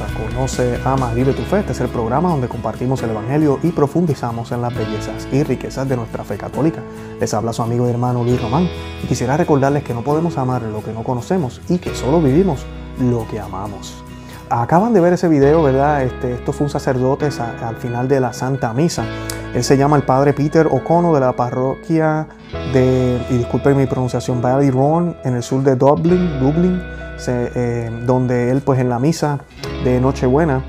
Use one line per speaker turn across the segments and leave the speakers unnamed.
a Conoce, Ama, Vive tu Fe. Este es el programa donde compartimos el Evangelio y profundizamos en las bellezas y riquezas de nuestra fe católica. Les habla su amigo y hermano Luis Román y quisiera recordarles que no podemos amar lo que no conocemos y que solo vivimos lo que amamos. Acaban de ver ese video, ¿verdad? Esto fue un sacerdote al final de la Santa Misa. Él se llama el padre Peter O'Connor de la parroquia y disculpen mi pronunciación, Ballyroan, en el sur de Dublín, donde él pues en la misa de Nochebuena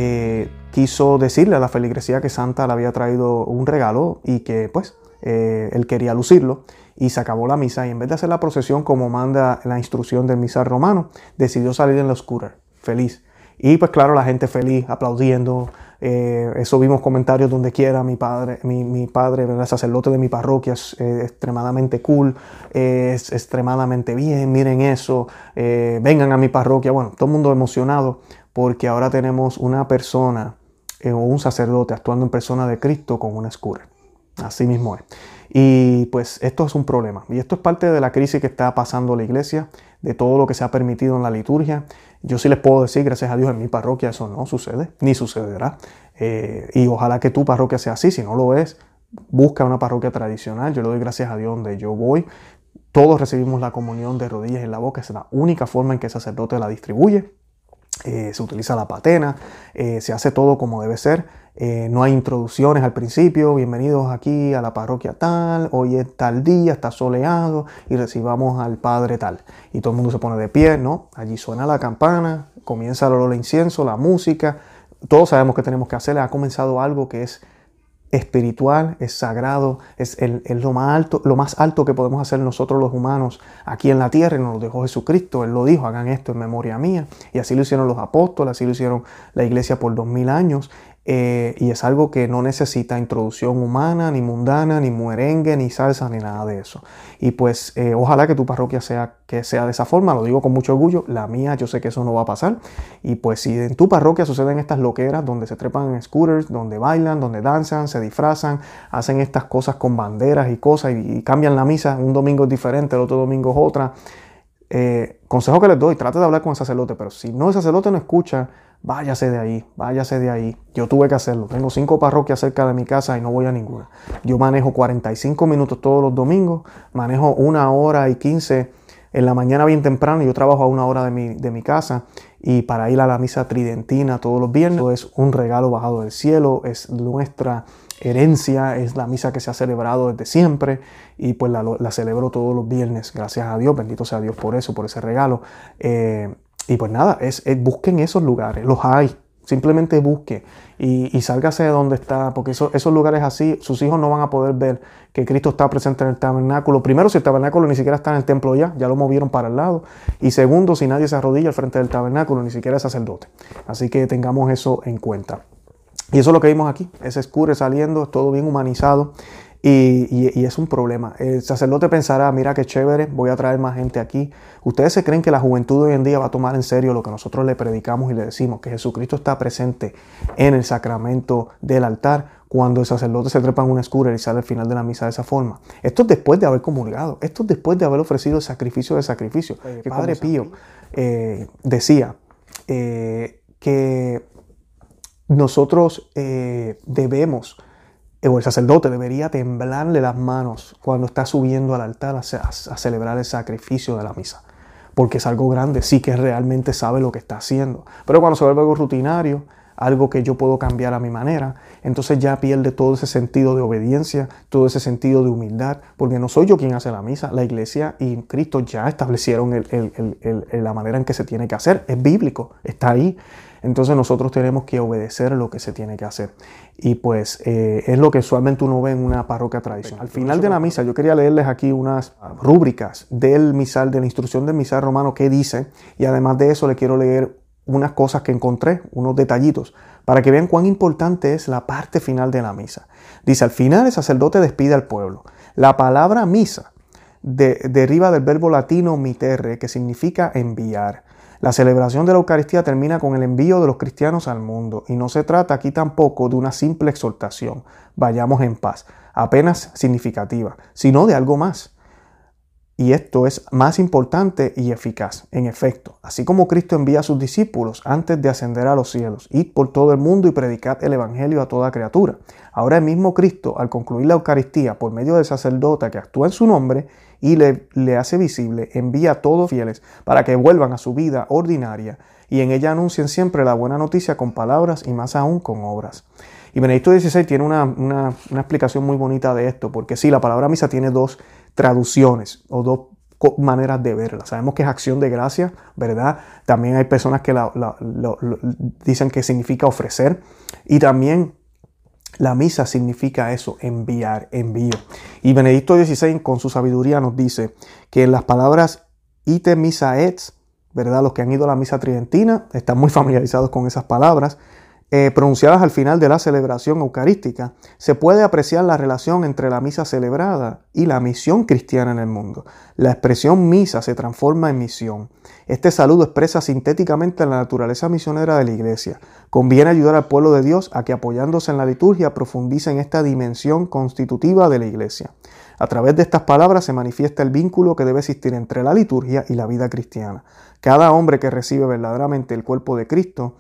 quiso decirle a la feligresía que Santa le había traído un regalo y que pues él quería lucirlo, y se acabó la misa y en vez de hacer la procesión como manda la instrucción del misal romano, decidió salir en la oscura, feliz. Y pues claro, la gente feliz, aplaudiendo. Eso vimos comentarios donde quiera. Mi padre, ¿verdad? El sacerdote de mi parroquia es extremadamente cool, es extremadamente bien, miren eso, vengan a mi parroquia. Bueno, todo el mundo emocionado porque ahora tenemos una persona o un sacerdote actuando en persona de Cristo con una escura. Así mismo es. Y pues esto es un problema. Y esto es parte de la crisis que está pasando la iglesia, de todo lo que se ha permitido en la liturgia. Yo sí les puedo decir, gracias a Dios, en mi parroquia eso no sucede, ni sucederá. Y ojalá que tu parroquia sea así. Si no lo es, busca una parroquia tradicional. Yo le doy gracias a Dios donde yo voy. Todos recibimos la comunión de rodillas en la boca. Es la única forma en que el sacerdote la distribuye. Se utiliza la patena, se hace todo como debe ser. No hay introducciones al principio. Bienvenidos aquí a la parroquia tal, hoy es tal día, está soleado y recibamos al padre tal. Y todo el mundo se pone de pie, ¿no? Allí suena la campana, comienza el olor a incienso, la música. Todos sabemos que tenemos que hacer. Ha comenzado algo que es espiritual, es sagrado, es lo más alto que podemos hacer nosotros los humanos aquí en la tierra, y nos lo dejó Jesucristo. Él lo dijo, hagan esto en memoria mía, y así lo hicieron los apóstoles, así lo hicieron la iglesia por 2000 años, y es algo que no necesita introducción humana, ni mundana, ni merengue, ni salsa, ni nada de eso. Y pues ojalá que tu parroquia sea de esa forma. Lo digo con mucho orgullo. La mía, yo sé que eso no va a pasar. Y pues si en tu parroquia suceden estas loqueras donde se trepan en scooters, donde bailan, donde danzan, se disfrazan, hacen estas cosas con banderas y cosas y cambian la misa, un domingo es diferente, el otro domingo es otra. Consejo que les doy, trate de hablar con el sacerdote, pero si no, el sacerdote no escucha, váyase de ahí, váyase de ahí. Yo tuve que hacerlo. Tengo 5 parroquias cerca de mi casa y no voy a ninguna. Yo manejo 45 minutos todos los domingos, manejo 1 hora y 15 en la mañana bien temprano. Yo trabajo a 1 hora de mi casa, y para ir a la misa tridentina todos los viernes es un regalo bajado del cielo, es nuestra herencia, es la misa que se ha celebrado desde siempre, y pues la celebro todos los viernes, gracias a Dios, bendito sea Dios por eso, por ese regalo. Y pues nada, busquen esos lugares, los hay, simplemente busque y sálgase de donde está, porque esos lugares así, sus hijos no van a poder ver que Cristo está presente en el tabernáculo. Primero, si el tabernáculo ni siquiera está en el templo ya lo movieron para el lado. Y segundo, si nadie se arrodilla al frente del tabernáculo, ni siquiera el sacerdote. Así que tengamos eso en cuenta. Y eso es lo que vimos aquí, ese escure saliendo, es todo bien humanizado. Y es un problema. El sacerdote pensará, mira qué chévere, voy a traer más gente aquí. ¿Ustedes se creen que la juventud hoy en día va a tomar en serio lo que nosotros le predicamos y le decimos? Que Jesucristo está presente en el sacramento del altar cuando el sacerdote se trepa en un scooter y sale al final de la misa de esa forma. Esto es después de haber comulgado, esto es después de haber ofrecido el sacrificio de sacrificio. Que Padre Pío decía que nosotros debemos, o el sacerdote debería temblarle las manos cuando está subiendo al altar a celebrar el sacrificio de la misa. Porque es algo grande, sí que realmente sabe lo que está haciendo. Pero cuando se vuelve algo rutinario, algo que yo puedo cambiar a mi manera, entonces ya pierde todo ese sentido de obediencia, todo ese sentido de humildad, porque no soy yo quien hace la misa. La iglesia y Cristo ya establecieron la manera en que se tiene que hacer. Es bíblico, está ahí. Entonces nosotros tenemos que obedecer lo que se tiene que hacer. Y pues es lo que usualmente uno ve en una parroquia tradicional. Al final de la misa yo quería leerles aquí unas rúbricas del misal, de la instrucción del misal romano, que dice, y además de eso le quiero leer unas cosas que encontré, unos detallitos, para que vean cuán importante es la parte final de la misa. Dice, al final el sacerdote despide al pueblo. La palabra misa deriva del verbo latino mittere, que significa enviar. La celebración de la Eucaristía termina con el envío de los cristianos al mundo, y no se trata aquí tampoco de una simple exhortación, vayamos en paz, apenas significativa, sino de algo más. Y esto es más importante y eficaz. En efecto, así como Cristo envía a sus discípulos antes de ascender a los cielos, id por todo el mundo y predicad el evangelio a toda criatura. Ahora el mismo Cristo, al concluir la Eucaristía por medio del sacerdote que actúa en su nombre y le hace visible, envía a todos fieles para que vuelvan a su vida ordinaria y en ella anuncien siempre la buena noticia con palabras y más aún con obras. Y Benedicto XVI tiene una explicación muy bonita de esto, porque sí, la palabra misa tiene dos traducciones o dos maneras de verla. Sabemos que es acción de gracia, ¿verdad? También hay personas que dicen que significa ofrecer, y también la misa significa eso, enviar, envío. Y Benedicto XVI con su sabiduría nos dice que en las palabras ite missa et, ¿verdad? Los que han ido a la misa tridentina están muy familiarizados con esas palabras. Pronunciadas al final de la celebración eucarística, se puede apreciar la relación entre la misa celebrada y la misión cristiana en el mundo. La expresión misa se transforma en misión. Este saludo expresa sintéticamente la naturaleza misionera de la Iglesia. Conviene ayudar al pueblo de Dios a que, apoyándose en la liturgia, profundice en esta dimensión constitutiva de la Iglesia. A través de estas palabras se manifiesta el vínculo que debe existir entre la liturgia y la vida cristiana. Cada hombre que recibe verdaderamente el cuerpo de Cristo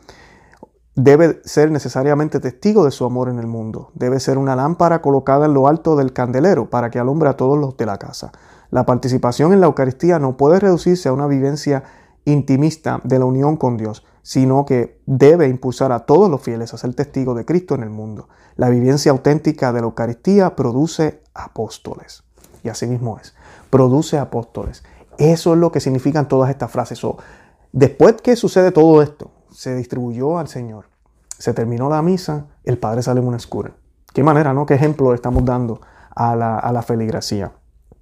debe ser necesariamente testigo de su amor en el mundo. Debe ser una lámpara colocada en lo alto del candelero para que alumbre a todos los de la casa. La participación en la Eucaristía no puede reducirse a una vivencia intimista de la unión con Dios, sino que debe impulsar a todos los fieles a ser testigos de Cristo en el mundo. La vivencia auténtica de la Eucaristía produce apóstoles. Y así mismo es. Produce apóstoles. Eso es lo que significan todas estas frases. Después que sucede todo esto, se distribuyó al Señor, se terminó la misa, el Padre sale en una escura. Qué manera, ¿no? Qué ejemplo le estamos dando a la feligresía.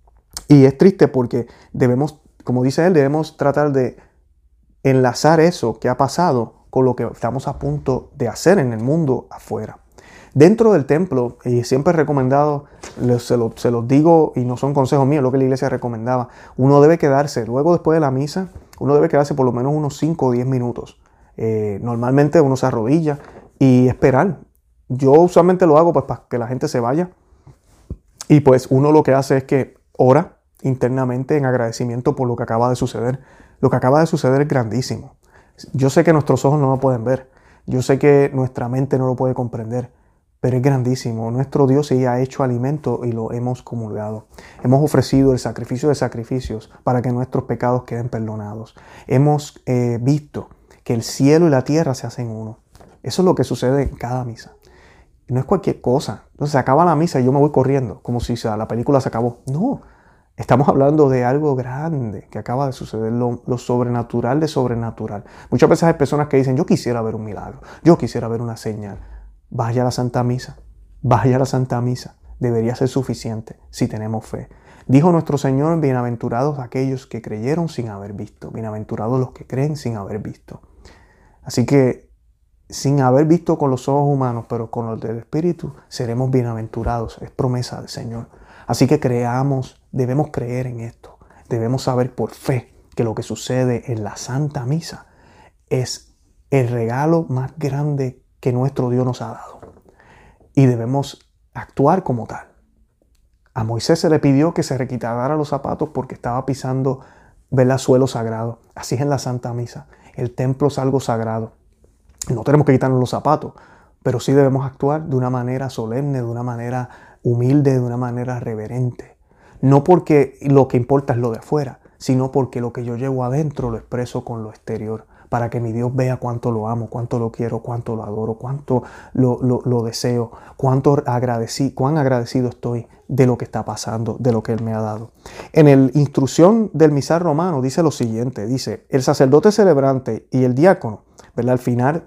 Y es triste porque debemos, como dice él, debemos tratar de enlazar eso que ha pasado con lo que estamos a punto de hacer en el mundo afuera. Dentro del templo, y siempre he recomendado, se los digo y no son consejos míos, lo que la iglesia recomendaba, uno debe quedarse, luego después de la misa, uno debe quedarse por lo menos unos 5 o 10 minutos. Normalmente uno se arrodilla y esperar. Yo usualmente lo hago pues para que la gente se vaya, y pues uno lo que hace es que ora internamente en agradecimiento por lo que acaba de suceder. Lo que acaba de suceder es grandísimo. Yo sé que nuestros ojos no lo pueden ver, yo sé que nuestra mente no lo puede comprender, pero es grandísimo. Nuestro Dios sí ha hecho alimento y lo hemos comulgado. Hemos ofrecido el sacrificio de sacrificios para que nuestros pecados queden perdonados. Hemos visto que el cielo y la tierra se hacen uno. Eso es lo que sucede en cada misa. No es cualquier cosa. Entonces se acaba la misa y yo me voy corriendo, como si la película se acabó. No, estamos hablando de algo grande que acaba de suceder, lo sobrenatural de sobrenatural. Muchas veces hay personas que dicen, yo quisiera ver un milagro, yo quisiera ver una señal. Vaya a la Santa Misa, vaya a la Santa Misa. Debería ser suficiente si tenemos fe. Dijo nuestro Señor, bienaventurados aquellos que creyeron sin haber visto, bienaventurados los que creen sin haber visto. Así que, sin haber visto con los ojos humanos, pero con los del Espíritu, seremos bienaventurados. Es promesa del Señor. Así que debemos creer en esto. Debemos saber por fe que lo que sucede en la Santa Misa es el regalo más grande que nuestro Dios nos ha dado. Y debemos actuar como tal. A Moisés se le pidió que se requitara los zapatos porque estaba pisando, ¿verdad?, suelo sagrado. Así es en la Santa Misa. El templo es algo sagrado. No tenemos que quitarnos los zapatos, pero sí debemos actuar de una manera solemne, de una manera humilde, de una manera reverente. No porque lo que importa es lo de afuera, sino porque lo que yo llevo adentro lo expreso con lo exterior, para que mi Dios vea cuánto lo amo, cuánto lo quiero, cuánto lo adoro, cuánto lo deseo, cuán agradecido estoy de lo que está pasando, de lo que Él me ha dado. En la instrucción del misal romano dice lo siguiente, dice, el sacerdote celebrante y el diácono, ¿verdad?, al final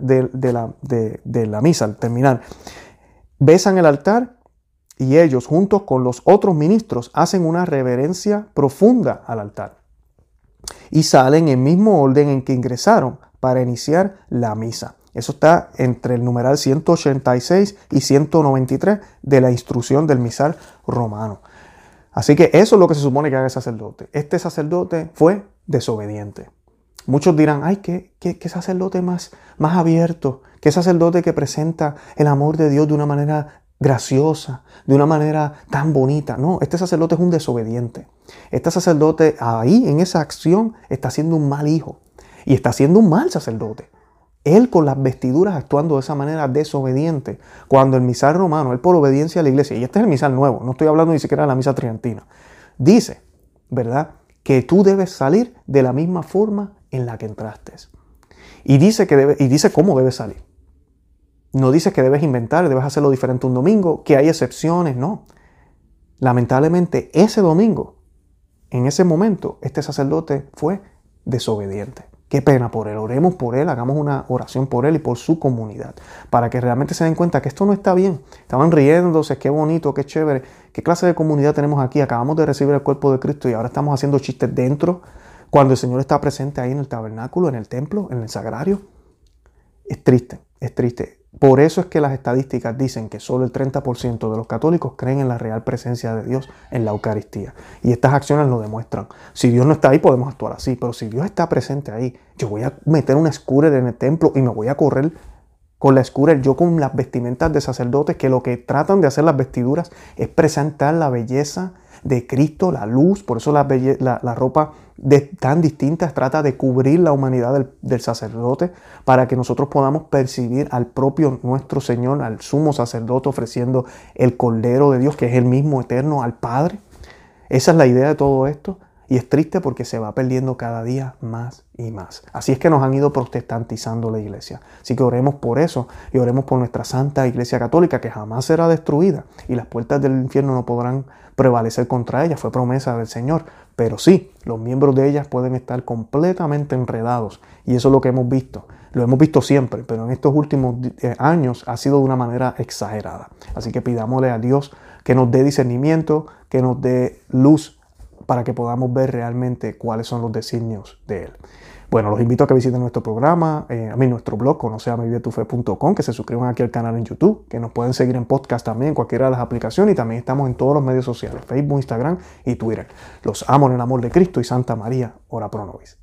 de la misa, al terminar, besan el altar y ellos, juntos con los otros ministros, hacen una reverencia profunda al altar y salen en el mismo orden en que ingresaron para iniciar la misa. Eso está entre el numeral 186 y 193 de la instrucción del misal romano. Así que eso es lo que se supone que haga el sacerdote. Este sacerdote fue desobediente. Muchos dirán, ay, qué sacerdote más abierto, qué sacerdote que presenta el amor de Dios de una manera graciosa, de una manera tan bonita. No, este sacerdote es un desobediente. Este sacerdote ahí, en esa acción, está siendo un mal hijo. Y está siendo un mal sacerdote. Él con las vestiduras actuando de esa manera desobediente. Cuando el misal romano, él por obediencia a la iglesia, y este es el misal nuevo, no estoy hablando ni siquiera de la misa tridentina, dice, ¿verdad?, que tú debes salir de la misma forma en la que entraste. Y dice cómo debes salir. No dice que debes inventar, debes hacerlo diferente un domingo, que hay excepciones, no. Lamentablemente, ese domingo, en ese momento, este sacerdote fue desobediente. Qué pena por él. Oremos por él, hagamos una oración por él y por su comunidad, para que realmente se den cuenta que esto no está bien. Estaban riéndose, qué bonito, qué chévere. ¿Qué clase de comunidad tenemos aquí? Acabamos de recibir el cuerpo de Cristo y ahora estamos haciendo chistes dentro, cuando el Señor está presente ahí en el tabernáculo, en el templo, en el sagrario. Es triste, es triste. Por eso es que las estadísticas dicen que solo el 30% de los católicos creen en la real presencia de Dios en la Eucaristía. Y estas acciones lo demuestran. Si Dios no está ahí, podemos actuar así. Pero si Dios está presente ahí, yo voy a meter una escúrer en el templo y me voy a correr con la escúrer, yo con las vestimentas de sacerdotes, que lo que tratan de hacer las vestiduras es presentar la belleza de Cristo, la luz. Por eso la ropa tan distinta trata de cubrir la humanidad del sacerdote, para que nosotros podamos percibir al propio nuestro Señor, al sumo sacerdote, ofreciendo el Cordero de Dios, que es el mismo eterno, al Padre. Esa es la idea de todo esto. Y es triste porque se va perdiendo cada día más y más. Así es que nos han ido protestantizando la iglesia. Así que oremos por eso y oremos por nuestra Santa Iglesia Católica, que jamás será destruida y las puertas del infierno no podrán prevalecer contra ella. Fue promesa del Señor. Pero sí, los miembros de ellas pueden estar completamente enredados. Y eso es lo que hemos visto. Lo hemos visto siempre, pero en estos últimos años ha sido de una manera exagerada. Así que pidámosle a Dios que nos dé discernimiento, que nos dé luz, para que podamos ver realmente cuáles son los designios de Él. Bueno, los invito a que visiten nuestro programa, nuestro blog, conoceamevivetufe.com, que se suscriban aquí al canal en YouTube, que nos pueden seguir en podcast también, en cualquiera de las aplicaciones, y también estamos en todos los medios sociales, Facebook, Instagram y Twitter. Los amo en el amor de Cristo y Santa María, ora pro nobis.